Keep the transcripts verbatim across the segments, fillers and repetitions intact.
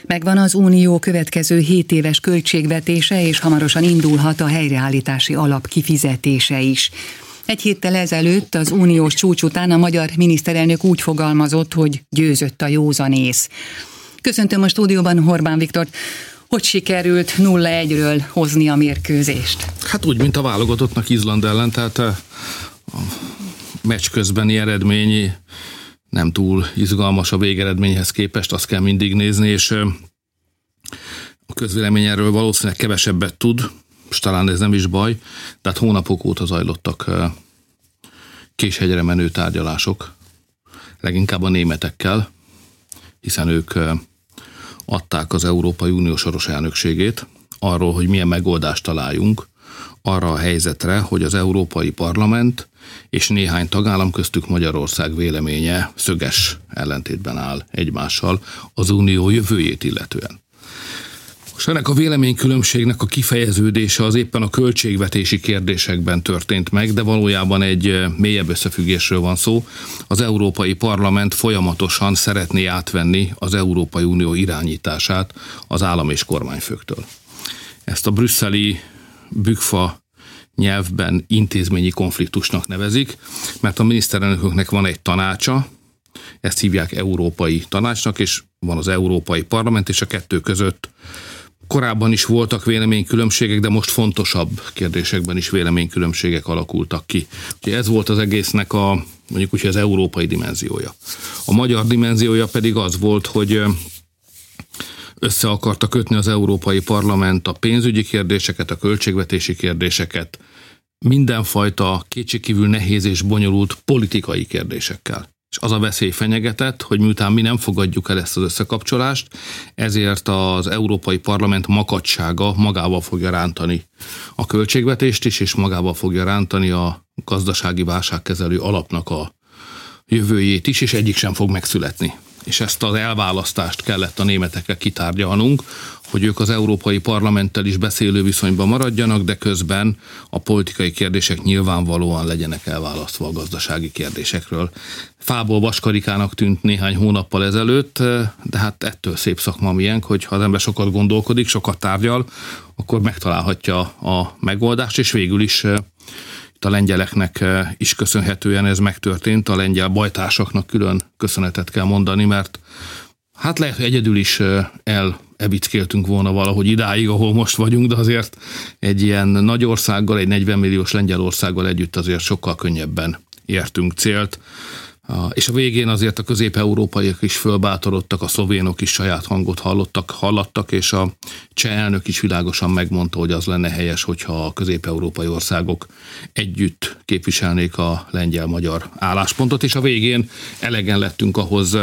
Megvan az Unió következő hét éves költségvetése, és hamarosan indulhat a helyreállítási alap kifizetése is. Egy héttel ezelőtt az uniós csúcs után a magyar miniszterelnök úgy fogalmazott, hogy győzött a józanész. Köszöntöm a stúdióban Orbán Viktort. Hogy sikerült nulla egyről hozni a mérkőzést? Hát úgy, mint a válogatottnak Izland ellen, tehát a meccs közbeni eredmény nem túl izgalmas a végeredményhez képest, azt kell mindig nézni, és a közvélemény erről valószínűleg kevesebbet tud, és talán ez nem is baj, de hát hónapok óta zajlottak késhegyre menő tárgyalások, leginkább a németekkel, hiszen ők adták az Európai Unió soros elnökségét arról, hogy milyen megoldást találjunk arra a helyzetre, hogy az Európai Parlament és néhány tagállam, köztük Magyarország véleménye szöges ellentétben áll egymással az unió jövőjét illetően. Most ennek a véleménykülönbségnek a kifejeződése az éppen a költségvetési kérdésekben történt meg, de valójában egy mélyebb összefüggésről van szó. Az Európai Parlament folyamatosan szeretné átvenni az Európai Unió irányítását az állam és kormányfőktől. Ezt a brüsszeli bükfa nyelvben intézményi konfliktusnak nevezik, mert a miniszterelnököknek van egy tanácsa, ezt hívják Európai Tanácsnak, és van az Európai Parlament, és a kettő között korábban is voltak véleménykülönbségek, de most fontosabb kérdésekben is véleménykülönbségek alakultak ki. Úgyhogy ez volt az egésznek a, mondjuk úgy, az európai dimenziója. A magyar dimenziója pedig az volt, hogy össze akarta kötni az Európai Parlament a pénzügyi kérdéseket, a költségvetési kérdéseket, mindenfajta kétségkívül nehéz és bonyolult politikai kérdésekkel. És az a veszély fenyegetett, hogy miután mi nem fogadjuk el ezt az összekapcsolást, ezért az Európai Parlament makacsága magával fogja rántani a költségvetést is, és magával fogja rántani a gazdasági válságkezelő alapnak a jövőjét is, és egyik sem fog megszületni. És ezt az elválasztást kellett a németekkel kitárgyalnunk, hogy ők az Európai Parlamenttel is beszélő viszonyban maradjanak, de közben a politikai kérdések nyilvánvalóan legyenek elválasztva a gazdasági kérdésekről. Fából vaskarikának tűnt néhány hónappal ezelőtt, de hát ettől szép szakma milyen, hogy ha az ember sokat gondolkodik, sokat tárgyal, akkor megtalálhatja a megoldást, és végül is a lengyeleknek is köszönhetően ez megtörtént, a lengyel bajtársaknak külön köszönetet kell mondani, mert hát lehet, hogy egyedül is elevickéltünk volna valahogy idáig, ahol most vagyunk, de azért egy ilyen nagy országgal, egy negyven milliós Lengyelországgal együtt azért sokkal könnyebben értünk célt. És a végén azért a közép-európaiak is fölbátorodtak, a szlovénok is saját hangot hallottak, hallattak, és a cseh elnök is világosan megmondta, hogy az lenne helyes, hogyha a közép-európai országok együtt képviselnék a lengyel-magyar álláspontot, és a végén elegen lettünk ahhoz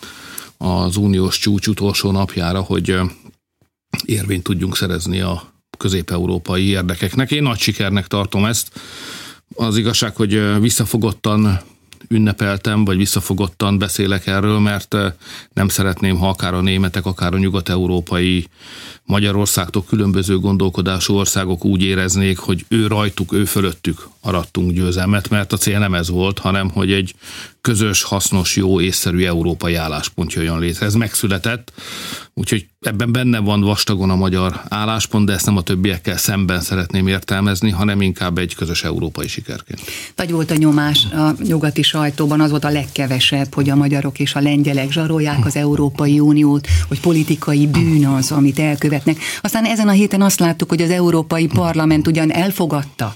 az uniós csúcs utolsó napjára, hogy érvényt tudjunk szerezni a közép-európai érdekeknek. Én nagy sikernek tartom ezt. Az igazság, hogy visszafogottan ünnepeltem, vagy visszafogottan beszélek erről, mert nem szeretném, ha akár a németek, akár a nyugat-európai, Magyarországtól különböző gondolkodású országok úgy éreznék, hogy ő rajtuk, ő fölöttük arattunk győzelmet, mert a cél nem ez volt, hanem hogy egy közös, hasznos, jó, észszerű európai álláspont jöjjön létre. Ez megszületett, úgyhogy ebben benne van vastagon a magyar álláspont, de ezt nem a többiekkel szemben szeretném értelmezni, hanem inkább egy közös európai sikerként. Vagy volt a nyomás a nyugati sajtóban, az volt a legkevesebb, hogy a magyarok és a lengyelek zsarolják az Európai Uniót, hogy politikai bűn az, amit elkövetnek. Aztán ezen a héten azt láttuk, hogy az Európai Parlament ugyan elfogadta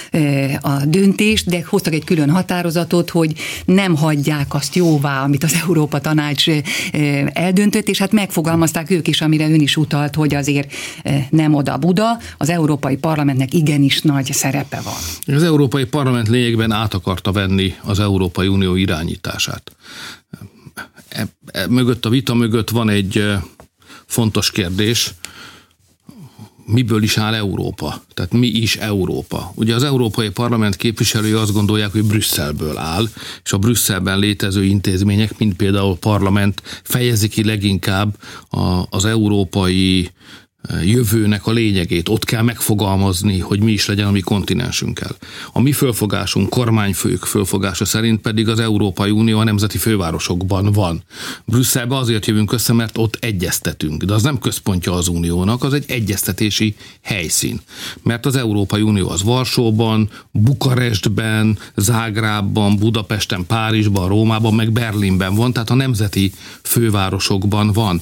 a döntést, de hoztak egy külön határozatot, hogy nem hagyják azt jóvá, amit az Európa Tanács eldöntött, és hát megfogalmazták ők is, amire ön is utalt, hogy azért nem oda Buda, az Európai Parlamentnek igenis nagy szerepe van. Az Európai Parlament lényegben át akarta venni az Európai Unió irányítását. E, e, mögött a vita mögött van egy fontos kérdés, miből is áll Európa? Tehát mi is Európa? Ugye az Európai Parlament képviselői azt gondolják, hogy Brüsszelből áll, és a Brüsszelben létező intézmények, mint például a parlament fejezik ki leginkább a, az európai jövőnek a lényegét, ott kell megfogalmazni, hogy mi is legyen a mi kontinensünkkel. A mi fölfogásunk, kormányfők fölfogása szerint pedig az Európai Unió a nemzeti fővárosokban van. Brüsszelbe azért jövünk össze, mert ott egyeztetünk, de az nem központja az Uniónak, az egy egyeztetési helyszín. Mert az Európai Unió az Varsóban, Bukarestben, Zágrábban, Budapesten, Párizsban, Rómában, meg Berlinben van, tehát a nemzeti fővárosokban van.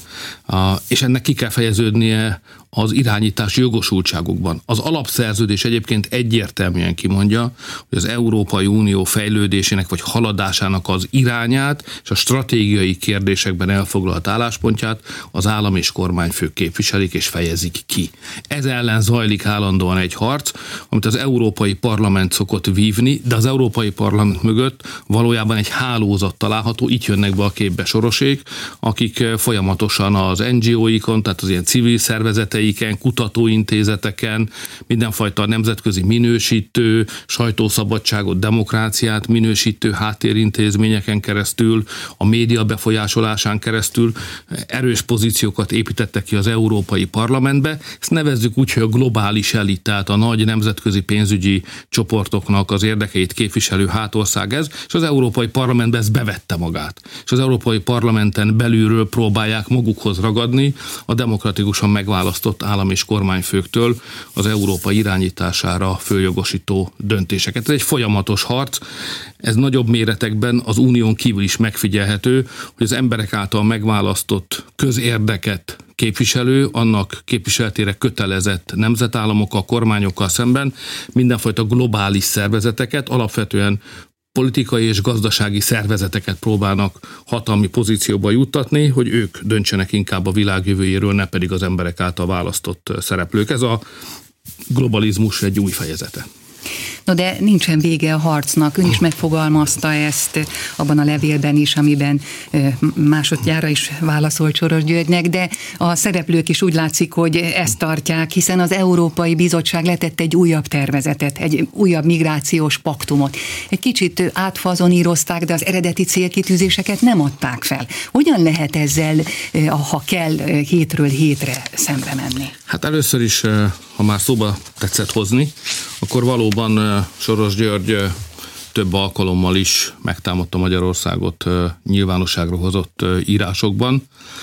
És ennek ki kell fejeződnie az irányítási jogosultságokban. Az alapszerződés egyébként egyértelműen kimondja, hogy az Európai Unió fejlődésének vagy haladásának az irányát és a stratégiai kérdésekben elfoglalt álláspontját az állam és kormányfők képviselik és fejezik ki. Ez ellen zajlik állandóan egy harc, amit az Európai Parlament szokott vívni, de az Európai Parlament mögött valójában egy hálózat található, itt jönnek be a képbe Sorosék, akik folyamatosan az en gé ó-ikon, tehát az ilyen civil szervezetei, kutatóintézeteken, mindenfajta nemzetközi minősítő, sajtószabadságot, demokráciát minősítő háttérintézményeken keresztül, a média befolyásolásán keresztül erős pozíciókat építettek ki az Európai Parlamentbe. Ezt nevezzük úgy, hogy a globális elit, tehát a nagy nemzetközi pénzügyi csoportoknak az érdekeit képviselő hátország ez, és az Európai Parlamentbe ez bevette magát. És az Európai Parlamenten belülről próbálják magukhoz ragadni a demokratikusan megválasztott állam és kormányfőktől az Európa irányítására följogosító döntéseket. Ez egy folyamatos harc, ez nagyobb méretekben az unión kívül is megfigyelhető, hogy az emberek által megválasztott közérdeket képviselő, annak képviseletére kötelezett nemzetállamokkal, kormányokkal szemben mindenfajta globális szervezeteket, alapvetően politikai és gazdasági szervezeteket próbálnak hatalmi pozícióba juttatni, hogy ők döntsenek inkább a világ jövőjéről, ne pedig az emberek által választott szereplők. Ez a globalizmus egy új fejezete. No de nincsen vége a harcnak, ön is megfogalmazta ezt abban a levélben is, amiben másodjára is válaszolt Soros Györgynek, de a szereplők is úgy látszik, hogy ezt tartják, hiszen az Európai Bizottság letett egy újabb tervezetet, egy újabb migrációs paktumot. Egy kicsit átfazonírozták, de az eredeti célkitűzéseket nem adták fel. Hogyan lehet ezzel, ha kell, hétről hétre szembe menni? Hát először is, ha már szóba tetszett hozni, akkor valóban Soros György több alkalommal is megtámadta Magyarországot nyilvánosságra hozott írásokban.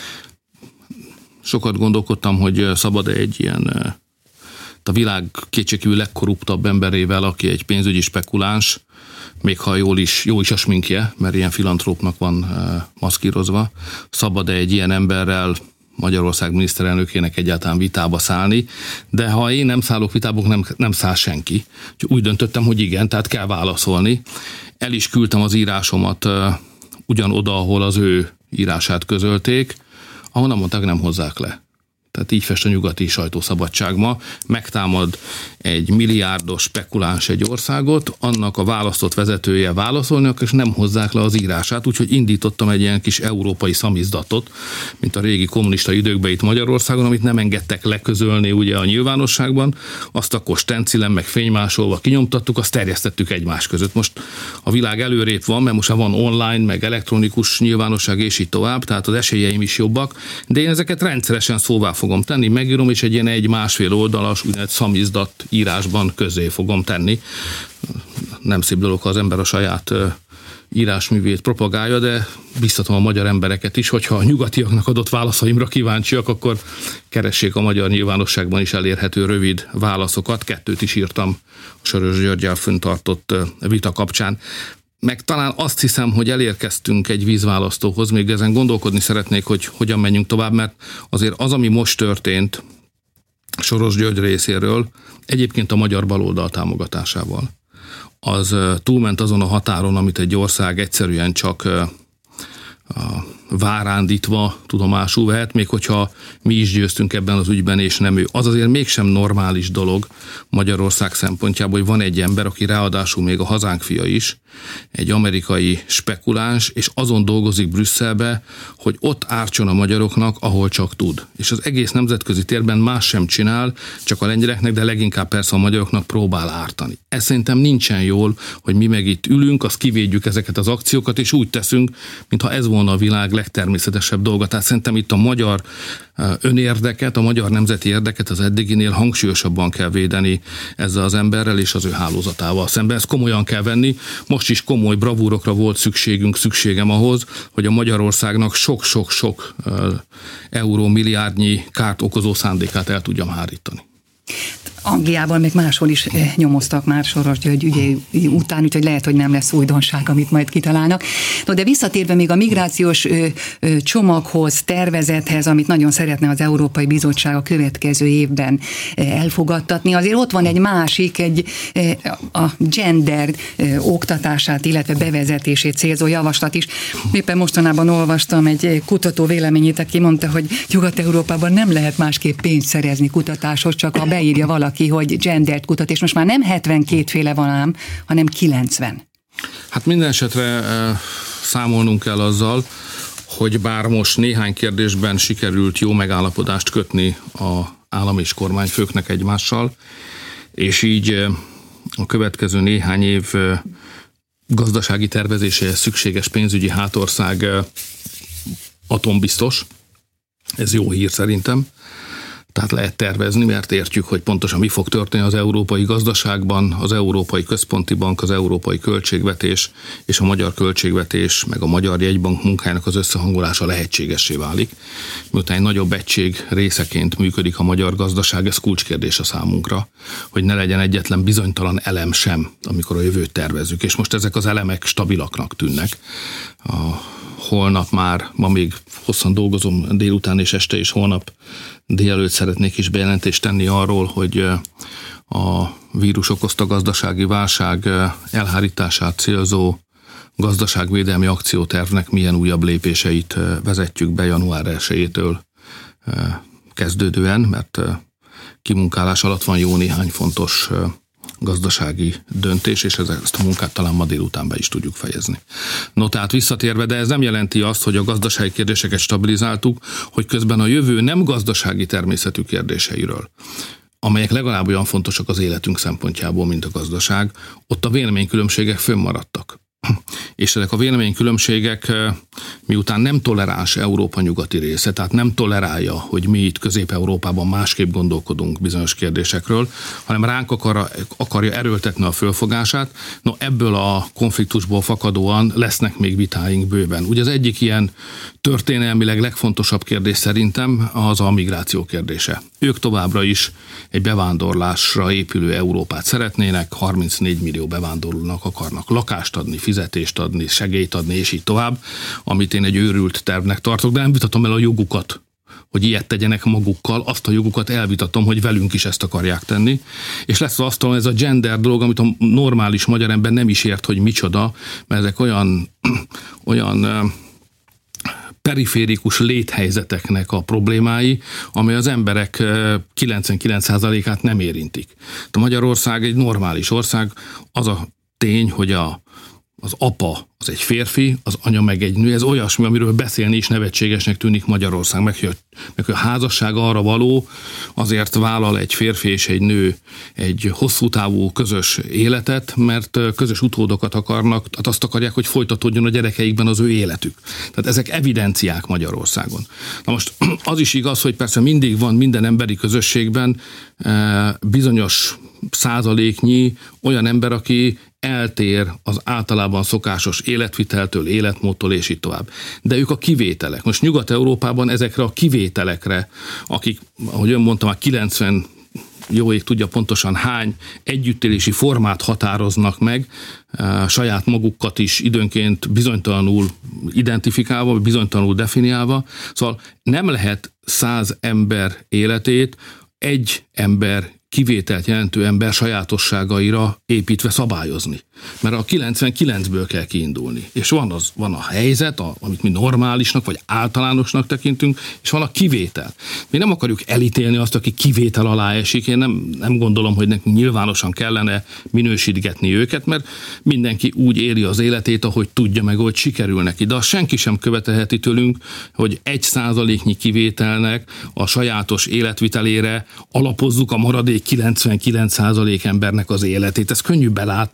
Sokat gondolkodtam, hogy szabad-e egy ilyen a világ kétségkívül legkorruptabb emberével, aki egy pénzügyi spekuláns, még ha jól is, jó is a sminkje, mert ilyen filantrópnak van maszkírozva, szabad-e egy ilyen emberrel Magyarország miniszterelnökének egyáltalán vitába szállni, de ha én nem szállok vitába, nem, nem száll senki. Úgyhogy úgy döntöttem, hogy igen, tehát kell válaszolni. El is küldtem az írásomat uh, ugyanoda, ahol az ő írását közölték, ahonnan mondták, nem hozzák le. Tehát így fest a nyugati sajtószabadság ma. Megtámad egy milliárdos spekuláns egy országot, annak a választott vezetője válaszolnak, és nem hozzák le az írását, úgyhogy indítottam egy ilyen kis európai szamizdatot, mint a régi kommunista időkben itt Magyarországon, amit nem engedtek leközölni ugye a nyilvánosságban, azt akkor stencilen, meg fénymásolva kinyomtattuk, azt terjesztettük egymás között. Most a világ előrébb van, mert most már van online, meg elektronikus nyilvánosság, és így tovább, tehát az esélyeim is jobbak, de én ezeket rendszeresen szóvá fogom tenni, megírom, és egy ilyen egy-másfél oldalas, úgynevezett szamizdat írásban közé fogom tenni. Nem szép dolog, ha az ember a saját írásművét propagálja, de biztatom a magyar embereket is, hogyha a nyugatiaknak adott válaszaimra kíváncsiak, akkor keressék a magyar nyilvánosságban is elérhető rövid válaszokat. Kettőt is írtam a Soros Györggyel fenntartott vita kapcsán. Meg talán azt hiszem, hogy elérkeztünk egy vízválasztóhoz, még ezen gondolkodni szeretnék, hogy hogyan menjünk tovább, mert azért az, ami most történt Soros György részéről, egyébként a magyar baloldal támogatásával, az túlment azon a határon, amit egy ország egyszerűen csak várándítva tudomásul vehet, még hogyha mi is győztünk ebben az ügyben, és nem ő. Az azért mégsem normális dolog Magyarország szempontjából, hogy van egy ember, aki ráadásul még a hazánk fia is, egy amerikai spekuláns, és azon dolgozik Brüsszelbe, hogy ott ártson a magyaroknak, ahol csak tud. És az egész nemzetközi térben más sem csinál, csak a lengyeleknek, de leginkább persze a magyaroknak próbál ártani. Ez szerintem nincsen jól, hogy mi meg itt ülünk, azt kivédjük ezeket az akciókat, és úgy teszünk, mintha ez volna a világ legtermészetesebb dolga. Tehát szerintem itt a magyar önérdeket, a magyar nemzeti érdeket az eddiginél hangsúlyosabban kell védeni ezzel az emberrel és az ő hálózatával szemben. Ezt komolyan kell venni. Most is komoly bravúrokra volt szükségünk, szükségem ahhoz, hogy a Magyarországnak sok-sok-sok euró milliárdnyi kárt okozó szándékát el tudjam hárítani. Angliában még máshol is nyomoztak már Soros György ügyei után, úgyhogy lehet, hogy nem lesz újdonság, amit majd kitalálnak. No, de visszatérve még a migrációs ö, ö, csomaghoz, tervezethez, amit nagyon szeretne az Európai Bizottság a következő évben elfogadtatni, azért ott van egy másik, egy a gender oktatását, illetve bevezetését célzó javaslat is. Éppen mostanában olvastam egy kutató véleményét, aki mondta, hogy Nyugat-Európában nem lehet másképp pénzt szerezni kutatáshoz, csak ha beírja valaki, hogy gendert kutat, és most már nem hetvenkét féle van ám, hanem kilencven. Hát minden esetre e, számolnunk kell azzal, hogy bár most néhány kérdésben sikerült jó megállapodást kötni a állam és kormányfőknek egymással, és így e, a következő néhány év e, gazdasági tervezéséhez szükséges pénzügyi hátország e, atombiztos. Ez jó hír szerintem. Tehát lehet tervezni, mert értjük, hogy pontosan mi fog történni az európai gazdaságban, az Európai Központi Bank, az európai költségvetés és a magyar költségvetés, meg a magyar jegybank munkájának az összehangolása lehetségessé válik. Miután egy nagyobb egység részeként működik a magyar gazdaság, ez kulcskérdés a számunkra, hogy ne legyen egyetlen bizonytalan elem sem, amikor a jövőt tervezzük. És most ezek az elemek stabilaknak tűnnek. A holnap már, ma még hosszan dolgozom délután és este, és holnap délelőtt szeretnék is bejelentést tenni arról, hogy a vírus okozta gazdasági válság elhárítását célzó gazdaságvédelmi akciótervnek milyen újabb lépéseit vezetjük be január elsejétől kezdődően, mert kimunkálás alatt van jó néhány fontos gazdasági döntés, és ezt a munkát talán ma délután be is tudjuk fejezni. No, tehát visszatérve, de ez nem jelenti azt, hogy a gazdasági kérdéseket stabilizáltuk, hogy közben a jövő nem gazdasági természetű kérdéseiről, amelyek legalább olyan fontosak az életünk szempontjából, mint a gazdaság, ott a véleménykülönbségek fönnmaradtak. És ezek a véleménykülönbségek miután nem toleráns Európa nyugati része, tehát nem tolerálja, hogy mi itt Közép-Európában másképp gondolkodunk bizonyos kérdésekről, hanem ránk akar, akarja erőltetni a fölfogását. No, ebből a konfliktusból fakadóan lesznek még vitáink bőven. Ugye az egyik ilyen történelmileg legfontosabb kérdés szerintem az a migráció kérdése. Ők továbbra is egy bevándorlásra épülő Európát szeretnének, harmincnégy millió bevándorlónak akarnak lakást adni, fizetést adni, segélyt adni, és így tovább, amit én egy őrült tervnek tartok, de nem vitatom el a jogukat, hogy ilyet tegyenek magukkal, azt a jogukat elvitatom, hogy velünk is ezt akarják tenni, és lesz az asztalon ez a gender dolog, amit a normális magyar ember nem is ért, hogy micsoda, mert ezek olyan, olyan periférikus léthelyzeteknek a problémái, amely az emberek kilencvenkilenc százalékát nem érintik. A Magyarország egy normális ország, az a tény, hogy a az apa az egy férfi, az anya meg egy nő, ez olyasmi, amiről beszélni is nevetségesnek tűnik Magyarország, meg hogy, meg hogy a házasság arra való, azért vállal egy férfi és egy nő egy hosszú távú közös életet, mert közös utódokat akarnak, tehát azt akarják, hogy folytatódjon a gyerekeikben az ő életük. Tehát ezek evidenciák Magyarországon. Na most az is igaz, hogy persze mindig van minden emberi közösségben bizonyos százaléknyi olyan ember, aki eltér az általában szokásos életviteltől, életmódtól, és így tovább. De ők a kivételek. Most Nyugat-Európában ezekre a kivételekre, akik, ahogy ön mondta, már kilencven jó ég tudja pontosan hány együttélési formát határoznak meg, saját magukat is időnként bizonytalanul identifikálva, bizonytalanul definiálva. Szóval nem lehet száz ember életét egy ember kivételt jelentő ember sajátosságaira építve szabályozni. Mert a kilencvenkilencből kell kiindulni. És van, az, van a helyzet, a, amit mi normálisnak vagy általánosnak tekintünk, és van a kivétel. Mi nem akarjuk elítélni azt, aki kivétel alá esik. Én nem, nem gondolom, hogy nekünk nyilvánosan kellene minősítgetni őket, mert mindenki úgy éli az életét, ahogy tudja meg, hogy sikerül neki. De azt senki sem követelheti tőlünk, hogy egy százaléknyi kivételnek a sajátos életvitelére alapozzuk a maradék kilencvenkilenc százalék embernek az életét. Ez könnyű belátni, hogy ez nem vezet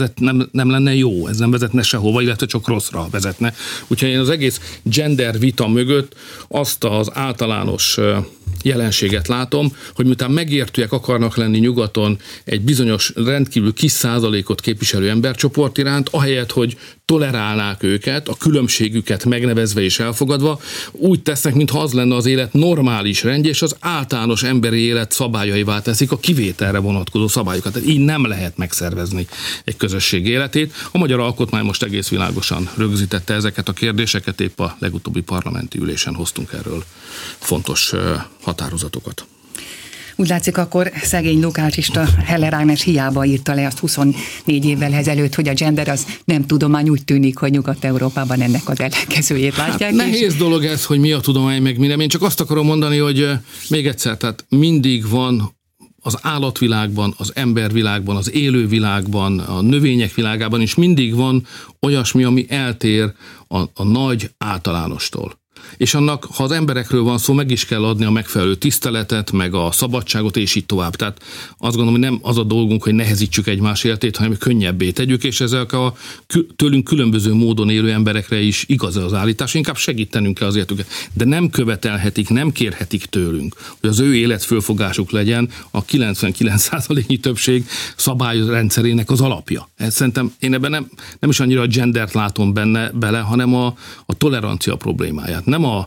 vezet, nem, nem lenne jó, ez nem vezetne sehova, illetve csak rosszra vezetne. Úgyhogy én az egész gender vita mögött azt az általános jelenséget látom, hogy miután megértőek akarnak lenni nyugaton egy bizonyos rendkívül kis százalékot képviselő embercsoport iránt, ahelyett, hogy tolerálnák őket, a különbségüket megnevezve és elfogadva, úgy tesznek, mintha az lenne az élet normális rendje, és az általános emberi élet szabályaivá teszik a kivételre vonatkozó szabályokat. Tehát így nem lehet megszervezni egy közösség életét. A magyar alkotmány most egész világosan rögzítette ezeket a kérdéseket, épp a legutóbbi parlamenti ülésen hoztunk erről fontos határozatokat. Úgy látszik, akkor szegény Lukácsista Heller Ágnes hiába írta le azt huszonnégy évvel ezelőtt, hogy a gender az nem tudomány, úgy tűnik, hogy Nyugat-Európában ennek az ellenkezőjét látják. Hát nehéz és... dolog ez, hogy mi a tudomány, meg mi nem. Én csak azt akarom mondani, hogy még egyszer, tehát mindig van az állatvilágban, az embervilágban, az élővilágban, a növények világában is mindig van olyasmi, ami eltér a, a nagy általánostól. És annak, ha az emberekről van szó, meg is kell adni a megfelelő tiszteletet, meg a szabadságot, és így tovább. Tehát azt gondolom, hogy nem az a dolgunk, hogy nehezítsük egymás életét, hanem könnyebbé tegyük, és ezek a tőlünk különböző módon élő emberekre is igaz az állítás, inkább segítenünk kell az életüket. De nem követelhetik, nem kérhetik tőlünk, hogy az ő életfölfogásuk legyen a kilencvenkilenc százaléknyi többség szabályrendszerének az alapja. Ez szerintem én ebben nem, nem is annyira a gendert látom benne bele, hanem a, a tolerancia problémáját. Nem, a,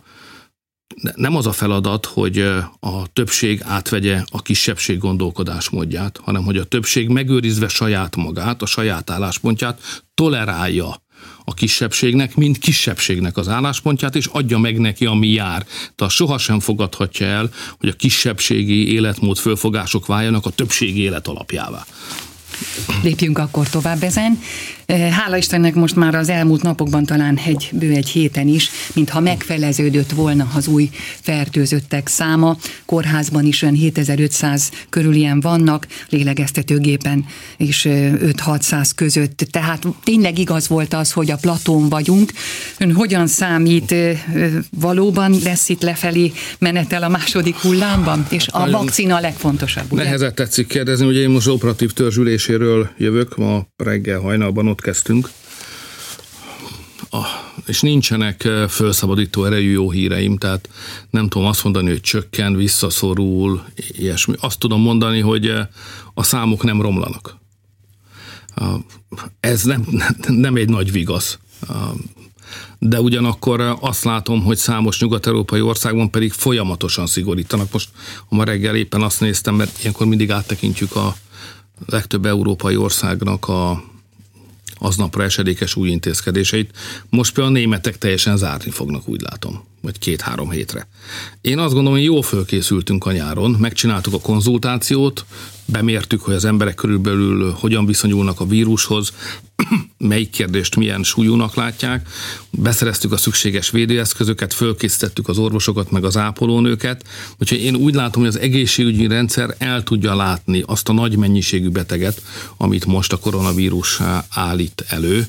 nem az a feladat, hogy a többség átvegye a kisebbség gondolkodásmódját, hanem hogy a többség megőrizve saját magát, a saját álláspontját tolerálja a kisebbségnek, mint kisebbségnek az álláspontját, és adja meg neki, ami jár. Tehát sohasem fogadhatja el, hogy a kisebbségi életmód fölfogások váljanak a többségi élet alapjává. Lépjünk akkor tovább ezen. Hála Istennek most már az elmúlt napokban, talán egy bő egy héten is, mintha megfeleződött volna az új fertőzöttek száma. Kórházban is olyan hétezer-ötszáz körül ilyen vannak, lélegeztetőgépen is öt-hatszáz között. Tehát tényleg igaz volt az, hogy a platón vagyunk. Ön hogyan számít, valóban lesz itt lefelé menetel a második hullámban? És a vakcina a legfontosabb, ugye? Nehezet tetszik kérdezni, ugye én most operatív törzsüléséről jövök, ma reggel hajnalban ott kezdtünk, ah, és nincsenek felszabadító erejű jó híreim, tehát nem tudom azt mondani, hogy csökken, visszaszorul, ilyesmi. Azt tudom mondani, hogy a számok nem romlanak. Ez nem, nem egy nagy vigasz. De ugyanakkor azt látom, hogy számos nyugat-európai országban pedig folyamatosan szigorítanak. Most ma reggel éppen azt néztem, mert ilyenkor mindig áttekintjük a legtöbb európai országnak a aznapra esedékes új intézkedéseit. Most például a németek teljesen zárni fognak, úgy látom, vagy két-három hétre. Én azt gondolom, hogy jól fölkészültünk a nyáron, megcsináltuk a konzultációt, bemértük, hogy az emberek körülbelül hogyan viszonyulnak a vírushoz, melyik kérdést milyen súlyúnak látják, beszereztük a szükséges védőeszközöket, fölkészítettük az orvosokat, meg az ápolónőket, úgyhogy én úgy látom, hogy az egészségügyi rendszer el tudja látni azt a nagy mennyiségű beteget, amit most a koronavírus állít elő.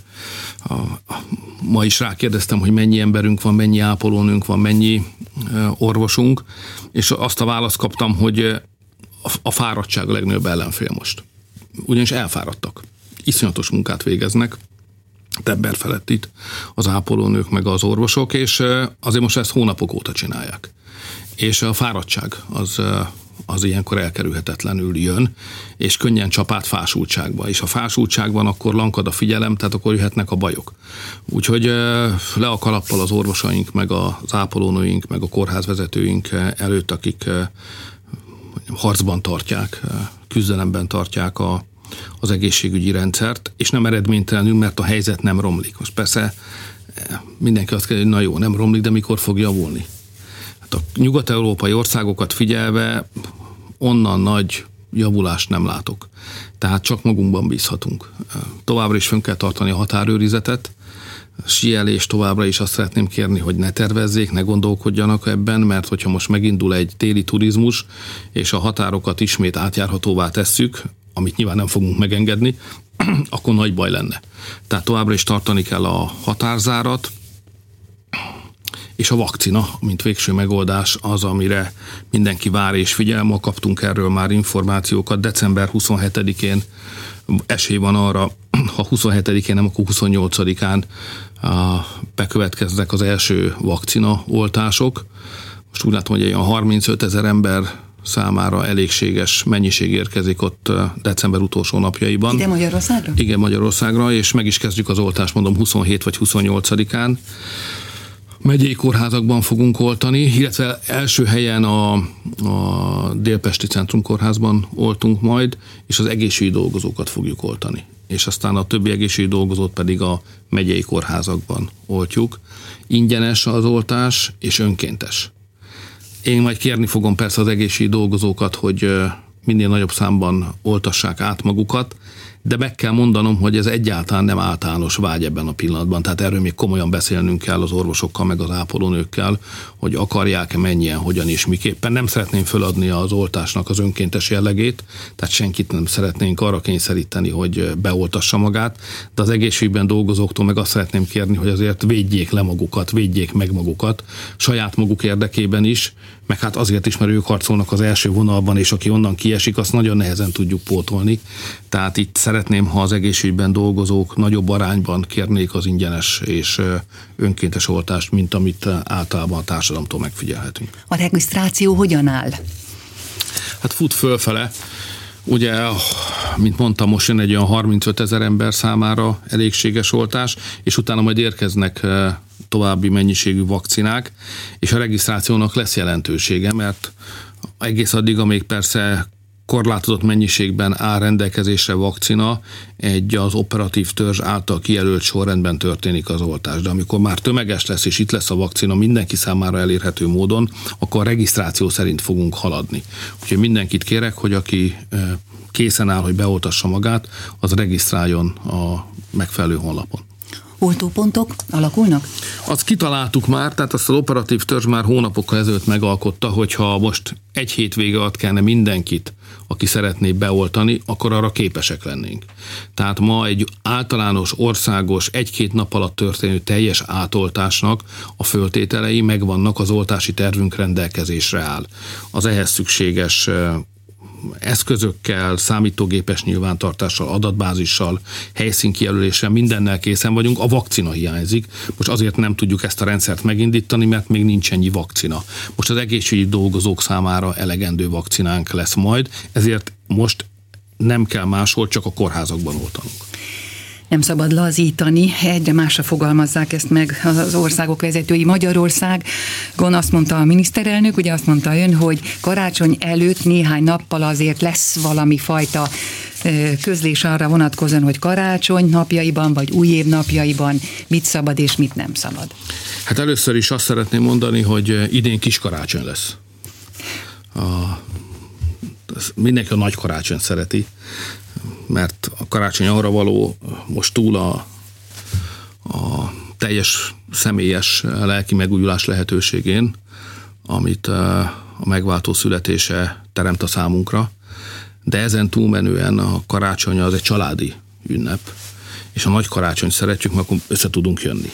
Ma is rákérdeztem, hogy mennyi emberünk van, mennyi ápolónőnk van, mennyi orvosunk, és azt a választ kaptam, hogy a fáradtság a legnagyobb ellenfél most. Ugyanis elfáradtak. Iszonyatos munkát végeznek, ember felett itt az ápolónők meg az orvosok, és azért most ezt hónapok óta csinálják. És a fáradtság az, az ilyenkor elkerülhetetlenül jön, és könnyen csap át fásultságba. És ha fásultságban, akkor lankad a figyelem, tehát akkor jöhetnek a bajok. Úgyhogy le a kalappal az orvosaink, meg az ápolónőink, meg a kórházvezetőink előtt, akik harcban tartják, küzdelemben tartják a, az egészségügyi rendszert, és nem eredménytelenül, mert a helyzet nem romlik. Most persze mindenki azt kell, hogy na jó, nem romlik, de mikor fog javulni? Hát a nyugat-európai országokat figyelve onnan nagy javulást nem látok. Tehát csak magunkban bízhatunk. Továbbra is fönn kell tartani a határőrizetet, síelés továbbra is azt szeretném kérni, hogy ne tervezzék, ne gondolkodjanak ebben, mert hogyha most megindul egy téli turizmus, és a határokat ismét átjárhatóvá tesszük, amit nyilván nem fogunk megengedni, akkor nagy baj lenne. Tehát továbbra is tartani kell a határzárat, és a vakcina, mint végső megoldás az, amire mindenki vár és figyel. Ma kaptunk erről már információkat. december huszonhetedikén esély van arra, ha huszonhetedikén, nem, akkor huszonnyolcadikán bekövetkeznek az első vakcinaoltások. Most úgy látom, hogy olyan harmincöt ezer ember számára elégséges mennyiség érkezik ott december utolsó napjaiban. Ide Magyarországra? Igen, Magyarországra, és meg is kezdjük az oltást, mondom, huszonhét vagy huszonnyolcadikán. Megyei kórházakban fogunk oltani, illetve első helyen a, a Délpesti Centrum Kórházban oltunk majd, és az egészségügyi dolgozókat fogjuk oltani. És aztán a többi egészségügyi dolgozót pedig a megyei kórházakban oltjuk. Ingyenes az oltás, és önkéntes. Én majd kérni fogom persze az egészségügyi dolgozókat, hogy minél nagyobb számban oltassák át magukat, de meg kell mondanom, hogy ez egyáltalán nem általános vágy ebben a pillanatban, tehát erről még komolyan beszélnünk kell az orvosokkal, meg az ápolónőkkel, hogy akarják-e, mennyien, hogyan és miképpen. Nem szeretném föladni az oltásnak az önkéntes jellegét, tehát senkit nem szeretnénk arra kényszeríteni, hogy beoltassa magát, de az egészségügyben dolgozóktól meg azt szeretném kérni, hogy azért védjék le magukat, védjék meg magukat, saját maguk érdekében is, meg hát azért is, mert ők harcolnak az első vonalban, és aki onnan kiesik, azt nagyon nehezen tudjuk pótolni. Tehát itt szeretném, ha az egészségügyben dolgozók nagyobb arányban kérnék az ingyenes és önkéntes oltást, mint amit általában a társadalomtól megfigyelhetünk. A regisztráció hogyan áll? Hát fut fölfele. Ugye, mint mondtam, most jön egy olyan harmincöt ezer ember számára elégséges oltás, és utána majd érkeznek további mennyiségű vakcinák, és a regisztrációnak lesz jelentősége, mert egész addig, amíg persze korlátozott mennyiségben áll rendelkezésre vakcina, egy az operatív törzs által kijelölt sorrendben történik az oltás. De amikor már tömeges lesz, és itt lesz a vakcina mindenki számára elérhető módon, akkor a regisztráció szerint fogunk haladni. Úgyhogy mindenkit kérek, hogy aki készen áll, hogy beoltassa magát, az regisztráljon a megfelelő honlapon. Oltópontok alakulnak? Azt kitaláltuk már, tehát azt az operatív törzs már hónapokkal ezelőtt megalkotta, hogyha most egy hétvége alatt kellene mindenkit, aki szeretné beoltani, akkor arra képesek lennénk. Tehát ma egy általános, országos, egy-két nap alatt történő teljes átoltásnak a föltételei megvannak, az oltási tervünk rendelkezésre áll. Az ehhez szükséges eszközökkel, számítógépes nyilvántartással, adatbázissal, helyszínkijelöléssel, mindennel készen vagyunk, a vakcina hiányzik. Most azért nem tudjuk ezt a rendszert megindítani, mert még nincs ennyi vakcina. Most az egészségügyi dolgozók számára elegendő vakcinánk lesz majd, ezért most nem kell máshol, csak a kórházakban oltanunk. Nem szabad lazítani, egyre másra fogalmazzák ezt meg az országok vezetői. Magyarországon azt mondta a miniszterelnök, ugye azt mondta ön, hogy karácsony előtt néhány nappal azért lesz valami fajta közlés arra vonatkozóan, hogy karácsony napjaiban, vagy új év napjaiban mit szabad és mit nem szabad. Hát először is azt szeretném mondani, hogy idén kis karácsony lesz. A, mindenki a nagy karácsonyt szereti, mert a karácsony arra való most túl a, a teljes személyes lelki megújulás lehetőségén, amit a megváltó születése teremt a számunkra, de ezen túlmenően a karácsony az egy családi ünnep, és a nagy karácsonyt szeretjük, mert akkor össze tudunk jönni.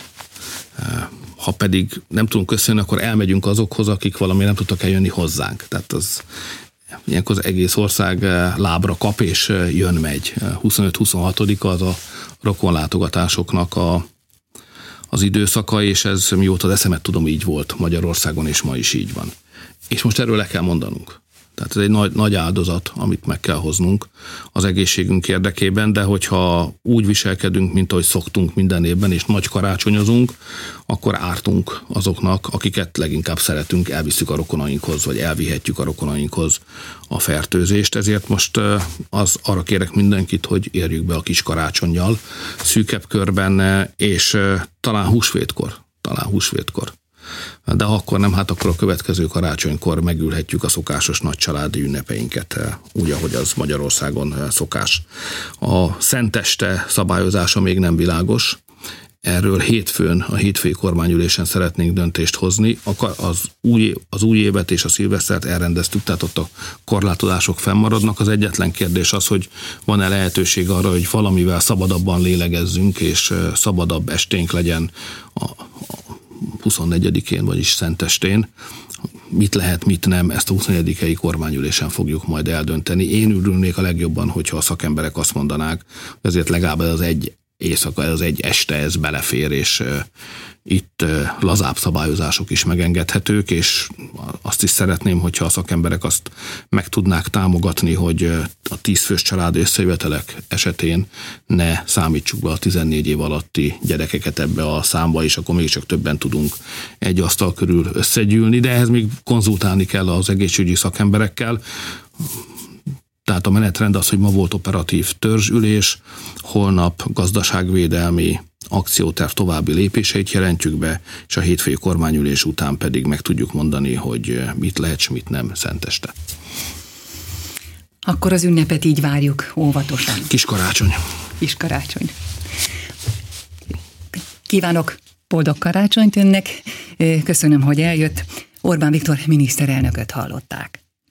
Ha pedig nem tudunk összejönni, akkor elmegyünk azokhoz, akik valami nem tudtak eljönni hozzánk. Tehát az ilyenkor az egész ország lábra kap, és jön-megy. huszonöt-huszonhatodika az a rokonlátogatásoknak a, az időszaka, és ez mióta az eszemet tudom, így volt Magyarországon, és ma is így van. És most erről le kell mondanunk. Tehát ez egy nagy, nagy áldozat, amit meg kell hoznunk az egészségünk érdekében, de hogyha úgy viselkedünk, mint ahogy szoktunk minden évben, és nagy karácsonyozunk, akkor ártunk azoknak, akiket leginkább szeretünk, elviszük a rokonainkhoz, vagy elvihetjük a rokonainkhoz a fertőzést. Ezért most az, arra kérek mindenkit, hogy érjük be a kis karácsonnyal, szűkebb körben, és talán húsvétkor, talán húsvétkor. De ha akkor nem, hát akkor a következő karácsonykor megülhetjük a szokásos nagy családi ünnepeinket, úgy, ahogy az Magyarországon szokás. A szenteste szabályozása még nem világos. Erről hétfőn, a hétfői kormányülésen szeretnénk döntést hozni. Az új, az új évet és a szilvesztert elrendeztük, tehát ott a korlátozások fennmaradnak. Az egyetlen kérdés az, hogy van-e lehetőség arra, hogy valamivel szabadabban lélegezzünk, és szabadabb esténk legyen a, a huszonnegyedikén, vagyis szentestén. mit lehet, mit nem, ezt a huszonegyedikei kormányülésen fogjuk majd eldönteni. Én örülnék a legjobban, hogyha a szakemberek azt mondanák, hogy azért legalább az egy éjszaka, az egy este ez belefér, és itt lazább szabályozások is megengedhetők, és azt is szeretném, hogyha a szakemberek azt meg tudnák támogatni, hogy a tízfős család összejövetelek esetén ne számítsuk be a tizennégy év alatti gyerekeket ebbe a számba, és akkor még csak többen tudunk egy asztal körül összegyűlni, de ehhez még konzultálni kell az egészségügyi szakemberekkel. Tehát a menetrend az, hogy ma volt operatív törzsülés, holnap gazdaságvédelmi akcióterv további lépéseit jelentjük be, és a hétfői kormányülés után pedig meg tudjuk mondani, hogy mit lehet, s mit nem szenteste. Akkor az ünnepet így várjuk óvatosan. Kiskarácsony. Kiskarácsony. Kívánok boldog karácsonyt önnek. Köszönöm, hogy eljött. Orbán Viktor miniszterelnököt hallották.